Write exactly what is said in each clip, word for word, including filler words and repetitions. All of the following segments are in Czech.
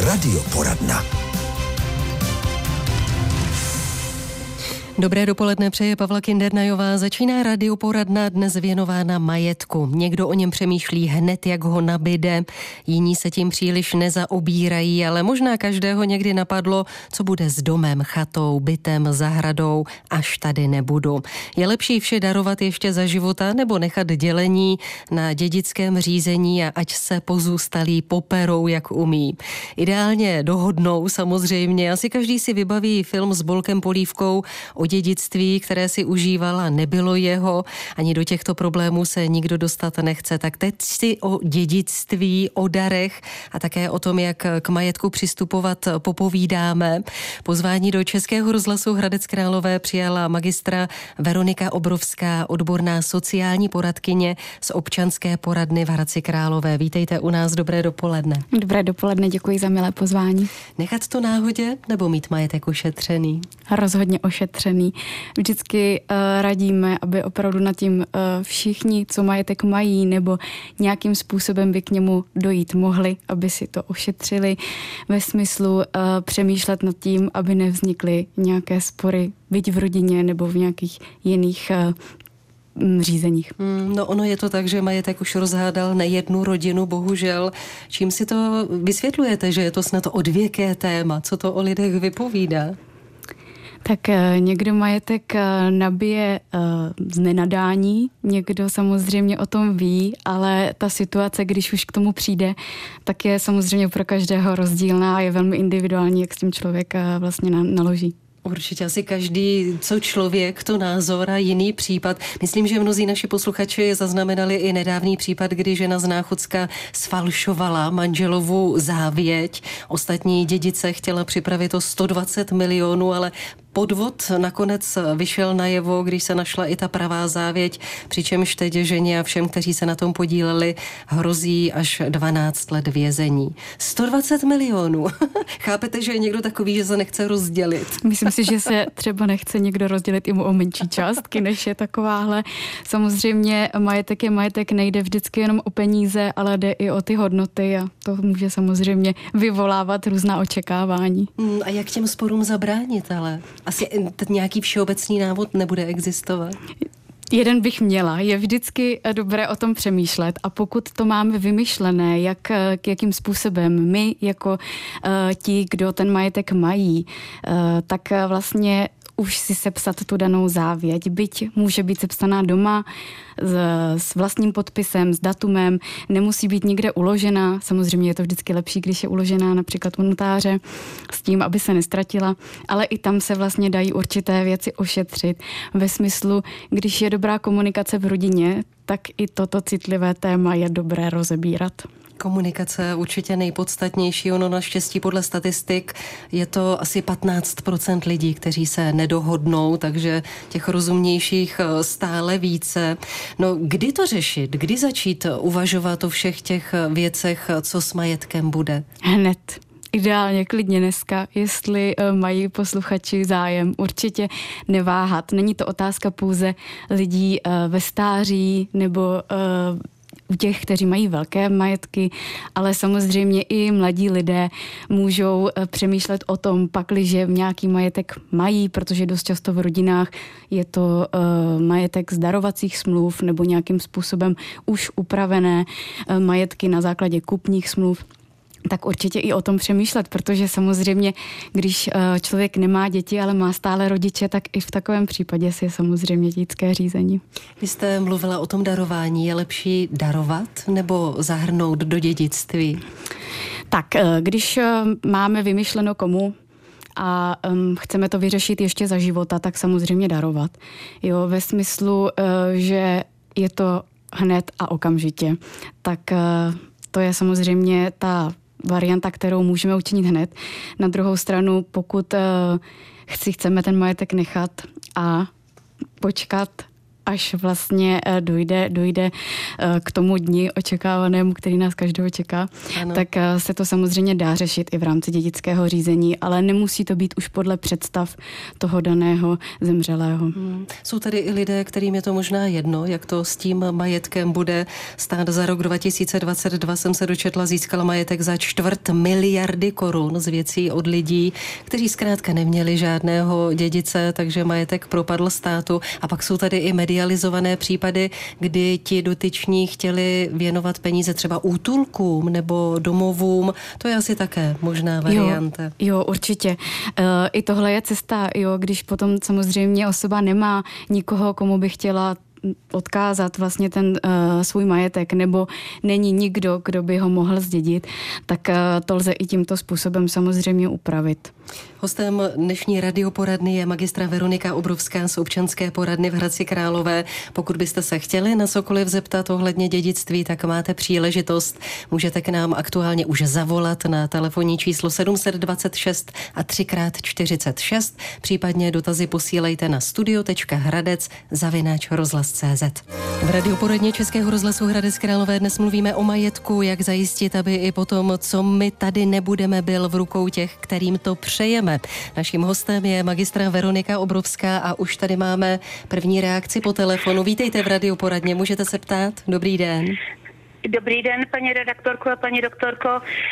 Radioporadna. Dobré dopoledne přeje Pavla Kindernajová. Začíná Radioporadna, dnes věnována majetku. Někdo o něm přemýšlí hned, jak ho nabyde, jiní se tím příliš nezaobírají, ale možná každého někdy napadlo, co bude s domem, chatou, bytem, zahradou, až tady nebudu. Je lepší vše darovat ještě za života nebo nechat dělení na dědickém řízení a ať se pozůstalí poperou, jak umí. Ideálně dohodnou samozřejmě. Asi každý si vybaví film s Bolkem Polívkou o dědictví, které si užívala, nebylo jeho, ani do těchto problémů se nikdo dostat nechce. Tak teď si o dědictví, o darech a také o tom, jak k majetku přistupovat, popovídáme. Pozvání do Českého rozhlasu Hradec Králové přijala magistra Veronika Obrovská, odborná sociální poradkyně z občanské poradny v Hradci Králové. Vítejte u nás, dobré dopoledne. Dobré dopoledne, děkuji za milé pozvání. Nechat to náhodě nebo mít majetek ošetřený? Rozhodně ošetřený. Vždycky uh, radíme, aby opravdu nad tím uh, všichni, co majetek mají, nebo nějakým způsobem by k němu dojít mohli, aby si to ošetřili ve smyslu uh, přemýšlet nad tím, aby nevznikly nějaké spory, byť v rodině nebo v nějakých jiných uh, řízeních. Hmm, no ono je to tak, že majetek už rozhádal nejednu rodinu, bohužel. Čím si to vysvětlujete, že je to snad odvěké téma? Co to o lidech vypovídá? Tak někdo majetek nabije z nenadání, někdo samozřejmě o tom ví, ale ta situace, když už k tomu přijde, tak je samozřejmě pro každého rozdílná a je velmi individuální, jak s tím člověk vlastně naloží. Určitě asi každý, co člověk, to názor a jiný případ. Myslím, že mnozí naši posluchači zaznamenali i nedávný případ, kdy žena z Náchodska sfalšovala manželovu závěť. Ostatní dědice chtěla připravit o sto dvacet milionů, ale podvod nakonec vyšel najevo, když se našla i ta pravá závěť, přičemž teď ženě a všem, kteří se na tom podíleli, hrozí až dvanáct let vězení. sto dvacet milionů. Chápete, že je někdo takový, že se nechce rozdělit? Myslím si, že se třeba nechce někdo rozdělit i mu o menší částky, než je takováhle. Samozřejmě majetek je majetek, nejde vždycky jenom o peníze, ale jde i o ty hodnoty a to může samozřejmě vyvolávat různá očekávání. Hmm, a jak těm sporům zabránit, ale? Asi nějaký všeobecný návod nebude existovat. Jeden bych měla. Je vždycky dobré o tom přemýšlet a pokud to máme vymyšlené, jak, k jakým způsobem my jako uh, ti, kdo ten majetek mají, uh, tak vlastně už si sepsat tu danou závěť. Byť může být sepsaná doma s, s vlastním podpisem, s datumem, nemusí být nikde uložená. Samozřejmě je to vždycky lepší, když je uložená například u notáře, s tím, aby se nestratila, ale i tam se vlastně dají určité věci ošetřit. Ve smyslu, když je dobrá komunikace v rodině, tak i toto citlivé téma je dobré rozebírat. Komunikace určitě nejpodstatnější, ono naštěstí podle statistik je to asi patnáct procent lidí, kteří se nedohodnou, takže těch rozumnějších stále více. No kdy to řešit, kdy začít uvažovat o všech těch věcech, co s majetkem bude? Hned. Ideálně klidně dneska, jestli mají posluchači zájem, určitě neváhat. Není to otázka pouze lidí ve stáří nebo u těch, kteří mají velké majetky, ale samozřejmě i mladí lidé můžou přemýšlet o tom, pakliže nějaký majetek mají, protože dost často v rodinách je to uh, majetek z darovacích smluv nebo nějakým způsobem už upravené uh, majetky na základě kupních smluv. Tak určitě i o tom přemýšlet, protože samozřejmě, když člověk nemá děti, ale má stále rodiče, tak i v takovém případě si je samozřejmě dědické řízení. Vy jste mluvila o tom darování. Je lepší darovat nebo zahrnout do dědictví? Tak, když máme vymyšleno komu a um, chceme to vyřešit ještě za života, tak samozřejmě darovat. Jo, ve smyslu, uh, že je to hned a okamžitě. Tak uh, to je samozřejmě ta varianta, kterou můžeme učinit hned. Na druhou stranu, pokud uh, chci, chceme ten majetek nechat a počkat až vlastně dojde, dojde k tomu dni očekávanému, který nás každého čeká, ano. tak se to samozřejmě dá řešit i v rámci dědického řízení, ale nemusí to být už podle představ toho daného zemřelého. Hmm. Jsou tady i lidé, kterým je to možná jedno, jak to s tím majetkem bude. Stát za rok dva tisíce dvacet dva jsem se dočetla, získal majetek za čtvrt miliardy korun z věcí od lidí, kteří zkrátka neměli žádného dědice, takže majetek propadl státu. A pak jsou tady i medializované případy, kdy ti dotyční chtěli věnovat peníze třeba útulkům nebo domovům. To je asi také možná varianta. Jo, jo určitě. E, I tohle je cesta, jo, když potom samozřejmě osoba nemá nikoho, komu by chtěla odkázat vlastně ten uh, svůj majetek, nebo není nikdo, kdo by ho mohl zdědit, tak uh, to lze i tímto způsobem samozřejmě upravit. Hostem dnešní radioporadny je magistra Veronika Obrovská z občanské poradny v Hradci Králové. Pokud byste se chtěli na cokoliv zeptat ohledně dědictví, tak máte příležitost. Můžete k nám aktuálně už zavolat na telefonní číslo sedm set dvacet šest a tři krát čtyřicet šest, případně dotazy posílejte na studio tečka hradec zavináč rozhlas tečka cé zet. V radioporadně Českého rozhlasu Hradec Králové dnes mluvíme o majetku, jak zajistit, aby i potom, co my tady nebudeme, byl v rukou těch, kterým to přejeme. Naším hostem je magistra Veronika Obrovská a už tady máme první reakci po telefonu. Vítejte v radioporadně, můžete se ptát? Dobrý den. Dobrý den, paní redaktorko a paní doktorko.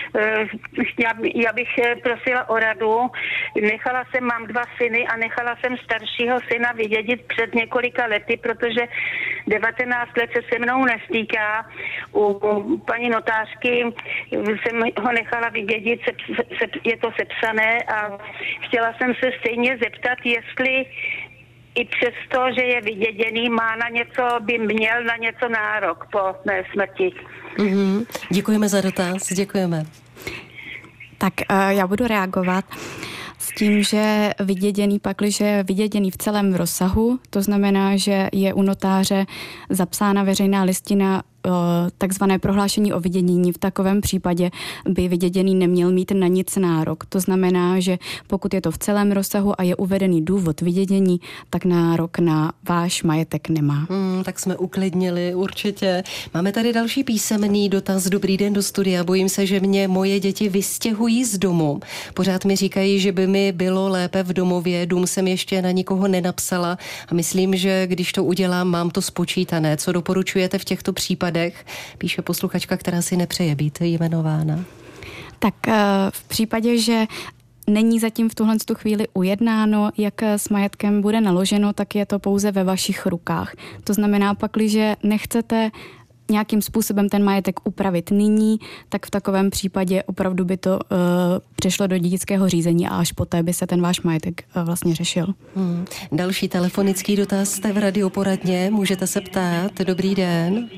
Já, já bych prosila o radu. Nechala jsem, mám dva syny a nechala jsem staršího syna vydědit před několika lety, protože devatenáct let se se mnou nestýká. U, u paní notářky jsem ho nechala vydědit, se, se, je to sepsané a chtěla jsem se stejně zeptat, jestli i přesto, že je vyděděný, má na něco, by měl na něco nárok po mé smrti. Mm-hmm. Děkujeme za dotaz, děkujeme. Tak uh, já budu reagovat s tím, že vyděděný pakliže je vyděděný v celém rozsahu, to znamená, že je u notáře zapsána veřejná listina, takzvané prohlášení o vydědění. V takovém případě by vyděděný neměl mít na nic nárok. To znamená, že pokud je to v celém rozsahu a je uvedený důvod vydědění, tak nárok na váš majetek nemá. Hmm, tak jsme uklidnili určitě. Máme tady další písemný dotaz. Dobrý den do studia. Bojím se, že mě moje děti vystěhují z domu. Pořád mi říkají, že by mi bylo lépe v domově. Dům jsem ještě na nikoho nenapsala a myslím, že když to udělám, mám to spočítané. Co doporučujete v těchto případech? Píše posluchačka, která si nepřeje být jmenována. Tak v případě, že není zatím v tuhle chvíli ujednáno, jak s majetkem bude naloženo, tak je to pouze ve vašich rukách. To znamená, pakliže nechcete nějakým způsobem ten majetek upravit nyní, tak v takovém případě opravdu by to uh, přešlo do dědického řízení a až poté by se ten váš majetek uh, vlastně řešil. Hmm. Další telefonický dotaz, jste v radioporadně, můžete se ptát. Dobrý den.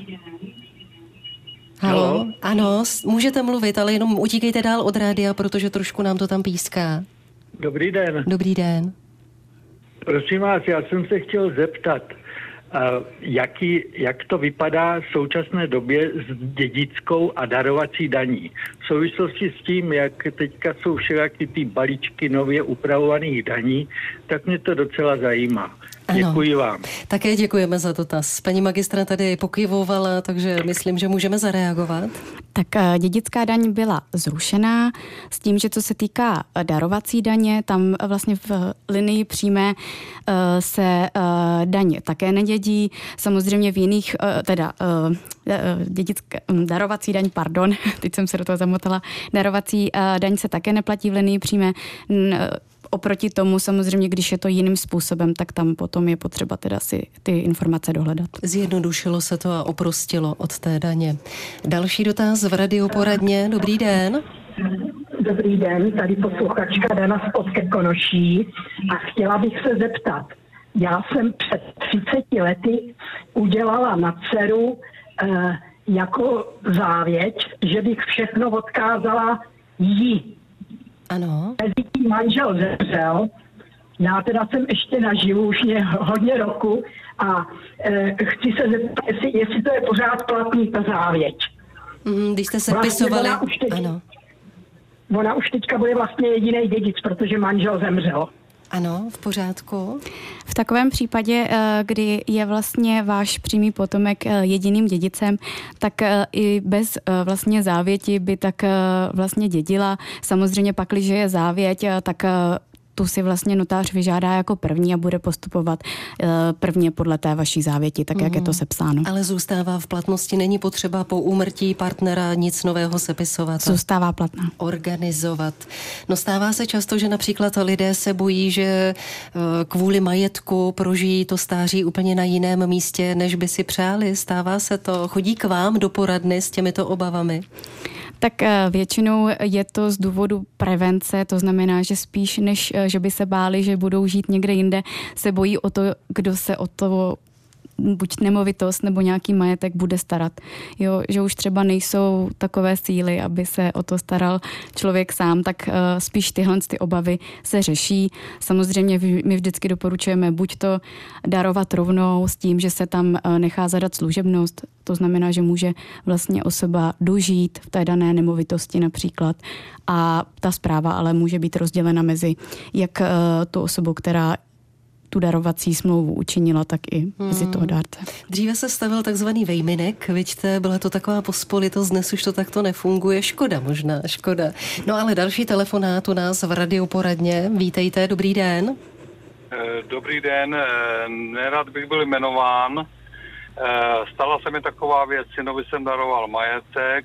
Halo? Halo? Ano, můžete mluvit, ale jenom utíkejte dál od rádia, protože trošku nám to tam píská. Dobrý den. Dobrý den. Prosím vás, já jsem se chtěl zeptat, Uh, jaký, jak to vypadá v současné době s dědickou a darovací daní. V souvislosti s tím, jak teďka jsou všelijaké ty balíčky nově upravovaných daní, tak mě to docela zajímá. Ano. Děkuji vám. Také děkujeme za dotaz. Paní magistra tady pokyvovala, takže myslím, že můžeme zareagovat. Tak dědická daň byla zrušená s tím, že co se týká darovací daně, tam vlastně v linii přímé se daně také nedědí. Samozřejmě v jiných, teda dědická, darovací daň, pardon, teď jsem se do toho zamotala, darovací daň se také neplatí v linii přímé. Oproti tomu samozřejmě, když je to jiným způsobem, tak tam potom je potřeba teda si ty informace dohledat. Zjednodušilo se to a oprostilo od té daně. Další dotaz v radioporadně. Dobrý den. Dobrý den, tady posluchačka Dana z Podkrkonoší a chtěla bych se zeptat. Já jsem před třiceti lety udělala na dceru eh, jako závěť, že bych všechno odkázala jí. Ano. Mezi tím manžel zemřel, já teda jsem ještě naživu už mě hodně roku a e, chci se zeptat, jestli, jestli to je pořád platný ta závěť. Mm, když jste se vlastně pisovali, ona už teď, ano. Ona už teďka bude vlastně jediný dědic, protože manžel zemřel. Ano, v pořádku. V takovém případě, kdy je vlastně váš přímý potomek jediným dědicem, tak i bez vlastně závěti by tak vlastně dědila. Samozřejmě pak, když je závěť, tak tu si vlastně notář vyžádá jako první a bude postupovat prvně podle té vaší závěti, tak mm. jak je to sepsáno. Ale zůstává v platnosti, není potřeba po úmrtí partnera nic nového sepisovat. Zůstává platná. Organizovat. No stává se často, že například lidé se bojí, že kvůli majetku prožijí to stáří úplně na jiném místě, než by si přáli. Stává se to? Chodí k vám do poradny s těmito obavami? Tak většinou je to z důvodu prevence, to znamená, že spíš než, že by se báli, že budou žít někde jinde, se bojí o to, kdo se o to buď nemovitost nebo nějaký majetek bude starat. Jo, že už třeba nejsou takové síly, aby se o to staral člověk sám, tak uh, spíš tyhle ty obavy se řeší. Samozřejmě my vždycky doporučujeme buď to darovat rovnou s tím, že se tam uh, nechá zadat služebnost, to znamená, že může vlastně osoba dožít v té dané nemovitosti například a ta správa ale může být rozdělena mezi jak uh, tu osobu, která tu darovací smlouvu učinila, tak i mezi toho dárce. Dříve se stavil takzvaný vejminek, vidíte, byla to taková pospolitost, dnes už to takto nefunguje, škoda možná, škoda. No ale další telefonát u nás v radioporadně, vítejte, dobrý den. Dobrý den, nerad bych byl jmenován. Stala se mi taková věc, synovi jsem daroval majetek,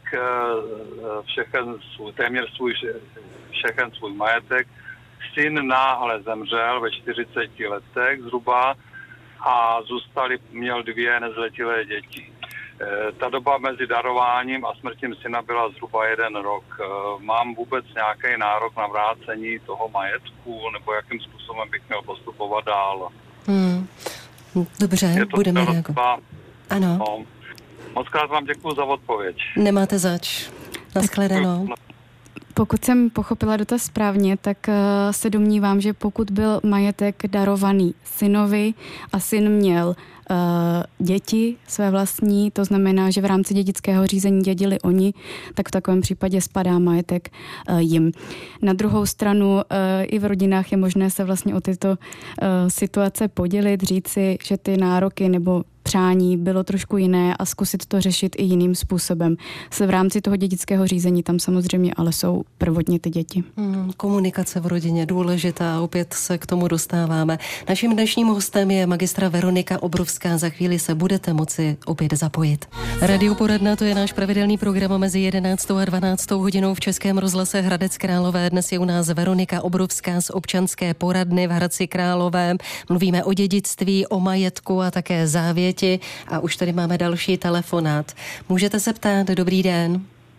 všechen svůj, téměř svůj, všechen svůj majetek. Syn náhle zemřel ve čtyřiceti letech zhruba a zůstali, měl dvě nezletilé děti. E, ta doba mezi darováním a smrtím syna byla zhruba jeden rok. E, mám vůbec nějaký nárok na vrácení toho majetku, nebo jakým způsobem bych měl postupovat dál? Hmm. Dobře, budeme reagovat. Ano. No, moc krát vám děkuju za odpověď. Nemáte zač. Nashledanou. Pokud jsem pochopila dotaz správně, tak se domnívám, že pokud byl majetek darovaný synovi a syn měl uh, děti své vlastní, to znamená, že v rámci dědického řízení dědili oni, tak v takovém případě spadá majetek uh, jim. Na druhou stranu uh, i v rodinách je možné se vlastně o tyto uh, situace podělit, říci, že ty nároky nebo přání bylo trošku jiné a zkusit to řešit i jiným způsobem. Se v rámci toho dědického řízení tam samozřejmě ale jsou prvotně ty děti. Hmm, komunikace v rodině důležitá, opět se k tomu dostáváme. Naším dnešním hostem je magistra Veronika Obrovská. Za chvíli se budete moci opět zapojit. Radioporadna, to je náš pravidelný program mezi jedenáctou a dvanáctou hodinou v Českém rozhlase Hradec Králové. Dnes je u nás Veronika Obrovská z občanské poradny v Hradci Králové. Mluvíme o dědictví, o majetku a také závěti. A už tady máme další telefonát. Můžete se ptát, dobrý den.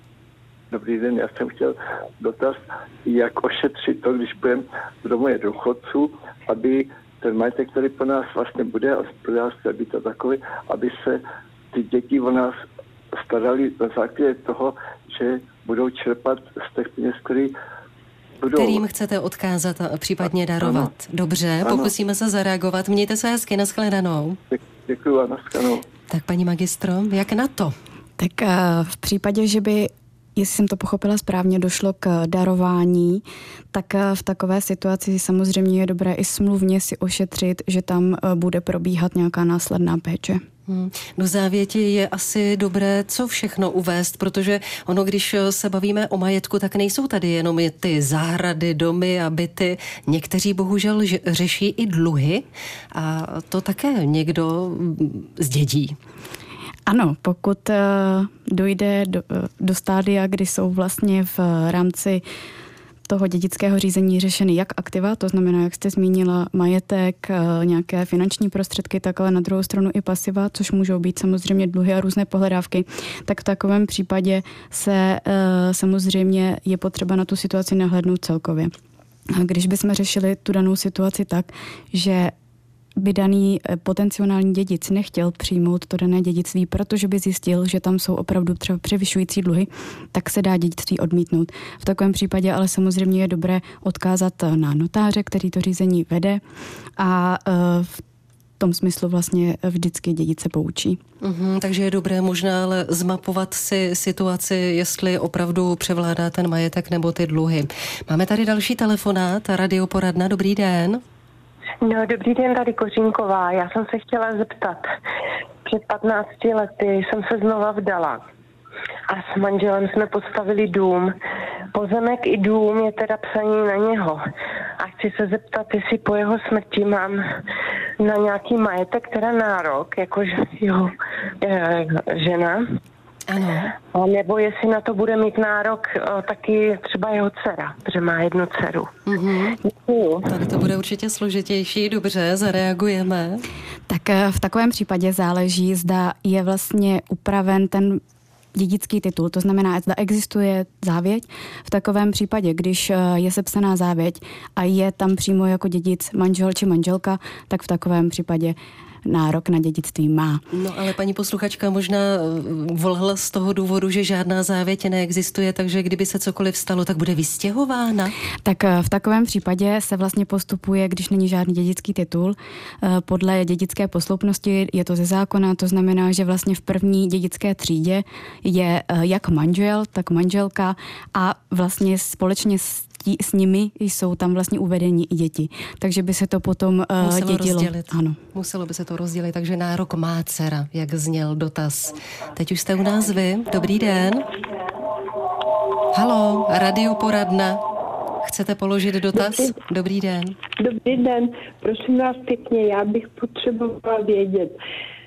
Dobrý den, já jsem chtěl dotaz, jak ošetřit to, když budeme v domově důchodců, aby ten majetek, který po nás vlastně bude, hospodářství, aby to takový, aby se ty děti o nás starali na základě toho, že budou čerpat z těch peněz, který budou. Kterým chcete odkázat a případně darovat. Ano. Dobře, ano. Pokusíme se zareagovat. Mějte se hezky, nashledanou. Děkuji a nashledanou. Tak paní magistro, jak na to? Tak v případě, že by, jestli jsem to pochopila správně, došlo k darování, tak v takové situaci samozřejmě je dobré i smluvně si ošetřit, že tam bude probíhat nějaká následná péče. Hmm. Do závěti je asi dobré, co všechno uvést, protože ono, když se bavíme o majetku, tak nejsou tady jenom ty zahrady, domy a byty. Někteří bohužel řeší i dluhy a to také někdo zdědí. Ano, pokud dojde do, do stádia, kdy jsou vlastně v rámci toho dědického řízení řešeny jak aktiva, to znamená, jak jste zmínila, majetek, nějaké finanční prostředky, tak ale na druhou stranu i pasiva, což můžou být samozřejmě dluhy a různé pohledávky, tak v takovém případě se samozřejmě je potřeba na tu situaci nahlédnout celkově. Když bychom řešili tu danou situaci tak, že by daný potenciální dědic nechtěl přijmout to dané dědictví, protože by zjistil, že tam jsou opravdu třeba převyšující dluhy, tak se dá dědictví odmítnout. V takovém případě ale samozřejmě je dobré odkázat na notáře, který to řízení vede a v tom smyslu vlastně vždycky dědic se poučí. Uhum, takže je dobré možná ale zmapovat si situaci, jestli opravdu převládá ten majetek nebo ty dluhy. Máme tady další telefonát, radioporadna, dobrý den. No, dobrý den, tady Kořínková. Já jsem se chtěla zeptat. Před patnácti lety jsem se znova vdala a s manželem jsme postavili dům. Pozemek i dům je teda psaný na něho. A chci se zeptat, jestli po jeho smrti mám na nějaký majetek, teda nárok, jako jeho e, žena. Ano. A nebo jestli na to bude mít nárok o, taky třeba jeho dcera, protože má jednu dceru. Mm-hmm. Tady to bude určitě složitější, dobře, zareagujeme. Tak v takovém případě záleží, zda je vlastně upraven ten dědický titul, to znamená, zda existuje závěť. V takovém případě, když je sepsaná závěť a je tam přímo jako dědic manžel či manželka, tak v takovém případě nárok na dědictví má. No ale paní posluchačka možná volala z toho důvodu, že žádná závěť neexistuje, takže kdyby se cokoliv stalo, tak bude vystěhována? Tak v takovém případě se vlastně postupuje, když není žádný dědický titul. Podle dědické posloupnosti je to ze zákona, to znamená, že vlastně v první dědické třídě je jak manžel, tak manželka a vlastně společně s s nimi jsou tam vlastně uvedení i děti. Takže by se to potom uh, Muselo dědilo. Rozdělit. Ano. Muselo by se to rozdělit, takže nárok má dcera, jak zněl dotaz. Teď už jste u nás vy. Dobrý den. Haló, radioporadna. Chcete položit dotaz? Dobrý, Dobrý den. Dobrý den. Prosím vás pěkně, já bych potřebovala vědět.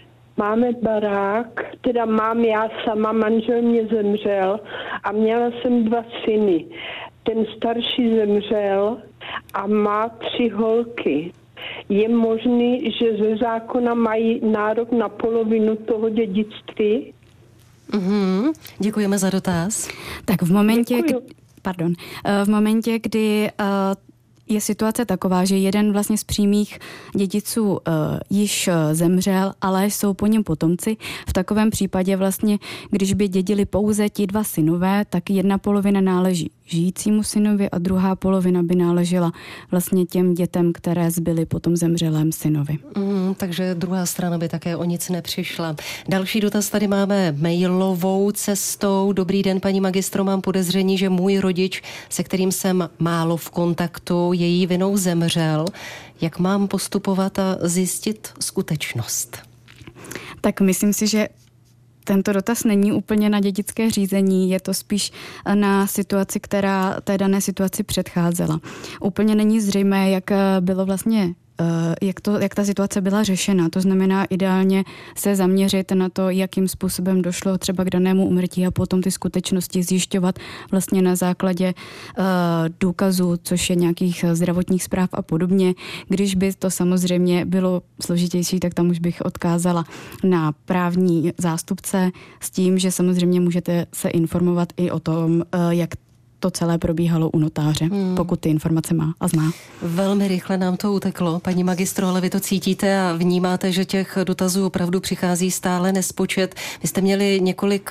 Máme barák, teda mám já sama, manžel mě zemřel a měla jsem dva syny. Ten starší zemřel a má tři holky. Je možný, že ze zákona mají nárok na polovinu toho dědictví? Mm-hmm. Děkujeme za dotaz. Tak v momentě, kdy, pardon, v momentě, kdy uh, je situace taková, že jeden vlastně z přímých dědiců uh, již uh, zemřel, ale jsou po něm potomci. V takovém případě vlastně, když by dědili pouze ti dva synové, tak jedna polovina náleží žijícímu synovi a druhá polovina by náležela vlastně těm dětem, které zbyly po tom zemřelém synovi. Mm, takže druhá strana by také o nic nepřišla. Další dotaz tady máme mailovou cestou. Dobrý den, paní magistro, mám podezření, že můj rodič, se kterým jsem málo v kontaktu, její vinou zemřel. Jak mám postupovat a zjistit skutečnost? Tak myslím si, že tento dotaz není úplně na dědické řízení, je to spíš na situaci, která té dané situaci předcházela. Úplně není zřejmé, jak bylo vlastně Jak, to, jak ta situace byla řešena. To znamená ideálně se zaměřit na to, jakým způsobem došlo třeba k danému úmrtí a potom ty skutečnosti zjišťovat vlastně na základě uh, důkazů, což je nějakých zdravotních zpráv a podobně. Když by to samozřejmě bylo složitější, tak tam už bych odkázala na právní zástupce s tím, že samozřejmě můžete se informovat i o tom, uh, jak to celé probíhalo u notáře, hmm. pokud ty informace má a zná. Velmi rychle nám to uteklo, paní magistro, ale vy to cítíte a vnímáte, že těch dotazů opravdu přichází stále nespočet. Vy jste měli několik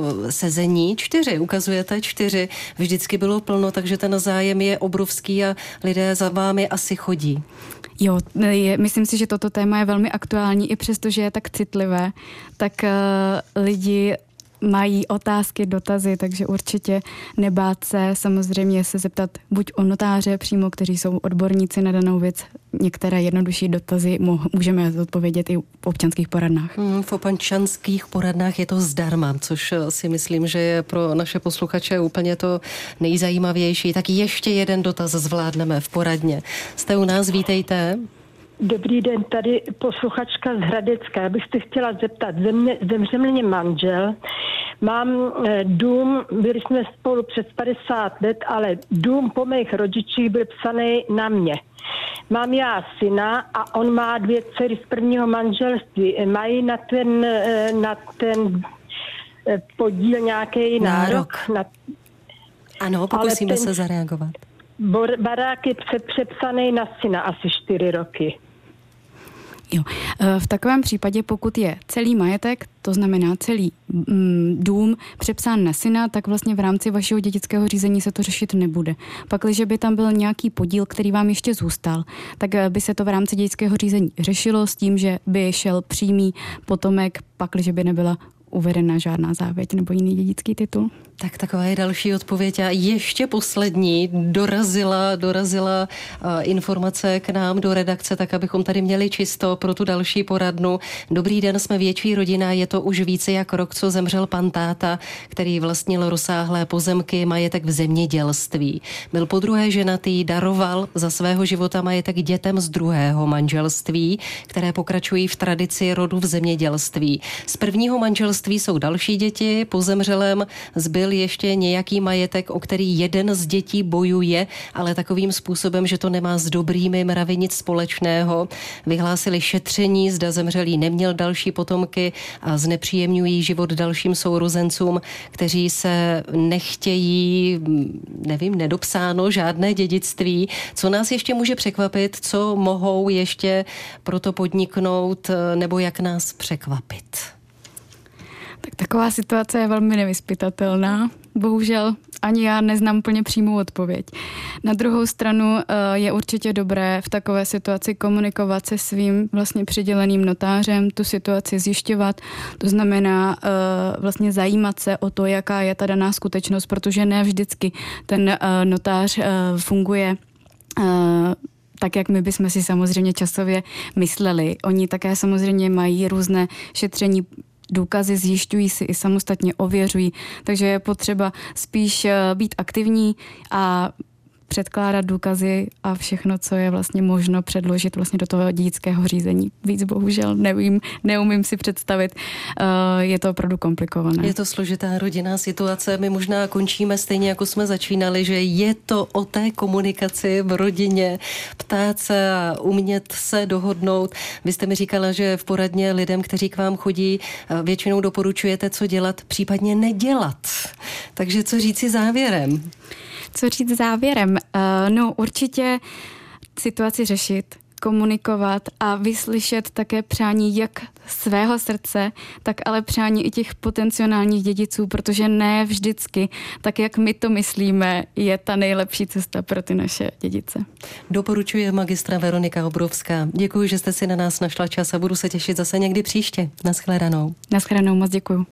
sezení, čtyři, ukazujete čtyři. Vždycky bylo plno, takže ten zájem je obrovský a lidé za vámi asi chodí. Jo, je, myslím si, že toto téma je velmi aktuální, i přesto, že je tak citlivé, tak uh, lidi mají otázky, dotazy, takže určitě nebát se, samozřejmě se zeptat buď o notáře přímo, kteří jsou odborníci na danou věc. Některé jednodušší dotazy můžeme odpovědět i v občanských poradnách. Hmm, v občanských poradnách je to zdarma, což si myslím, že je pro naše posluchače úplně to nejzajímavější. Tak ještě jeden dotaz zvládneme v poradně. Jste u nás, vítejte. Dobrý den, tady posluchačka z Hradecka. Já bych se chtěla zeptat, země, zemřel mě manžel, mám e, dům, byli jsme spolu přes padesát let, ale dům po mých rodičích byl psaný na mě. Mám já syna a on má dvě dcery z prvního manželství. Mají na ten, e, na ten e, podíl nějaký nárok? nárok na... Ano, pokusíme se zareagovat. Barák je přepsaný na syna asi čtyři roky. Jo. V takovém případě, pokud je celý majetek, to znamená celý mm, dům přepsán na syna, tak vlastně v rámci vašeho dědického řízení se to řešit nebude. Pakliže by tam byl nějaký podíl, který vám ještě zůstal, tak by se to v rámci dědického řízení řešilo s tím, že by šel přímý potomek, pakliže by nebyla uvedena žádná závěť nebo jiný dědický titul. Tak taková je další odpověď. A ještě poslední, dorazila, dorazila uh, informace k nám do redakce, tak abychom tady měli čisto pro tu další poradnu. Dobrý den, jsme větší rodina, je to už více jak rok, co zemřel pan táta, který vlastnil rozsáhlé pozemky, majetek v zemědělství. Byl podruhé ženatý, daroval za svého života majetek dětem z druhého manželství, které pokračují v tradici rodu v zemědělství. Z prvního manželství jsou další děti, po zemřelém zbyl ještě nějaký majetek, o který jeden z dětí bojuje, ale takovým způsobem, že to nemá s dobrými mravy nic společného. Vyhlásili šetření, zda zemřelý neměl další potomky a znepříjemňují život dalším sourozencům, kteří se nechtějí, nevím, nedopsáno žádné dědictví. Co nás ještě může překvapit, co mohou ještě proto podniknout, nebo jak nás překvapit? Tak taková situace je velmi nevyzpytatelná. Bohužel ani já neznám úplně přímou odpověď. Na druhou stranu je určitě dobré v takové situaci komunikovat se svým vlastně přiděleným notářem, tu situaci zjišťovat, to znamená vlastně zajímat se o to, jaká je ta daná skutečnost, protože ne vždycky ten notář funguje tak, jak my bychom si samozřejmě časově mysleli. Oni také samozřejmě mají různé šetření, důkazy zjišťují si i samostatně, ověřují, takže je potřeba spíš být aktivní a předkládat důkazy a všechno, co je vlastně možno předložit vlastně do toho dědického řízení. Víc bohužel nevím, neumím si představit. Je to opravdu komplikované. Je to složitá rodinná situace. My možná končíme stejně, jako jsme začínali, že je to o té komunikaci v rodině, ptát se a umět se dohodnout. Vy jste mi říkala, že v poradně lidem, kteří k vám chodí, většinou doporučujete, co dělat, případně nedělat. Takže co říci závěrem? Co říct závěrem? Uh, no určitě situaci řešit, komunikovat a vyslyšet také přání jak svého srdce, tak ale přání i těch potenciálních dědiců, protože ne vždycky, tak jak my to myslíme, je ta nejlepší cesta pro ty naše dědice. Doporučuje magistra Veronika Obrovská. Děkuji, že jste si na nás našla čas a budu se těšit zase někdy příště. Naschledanou. Naschledanou, moc děkuju.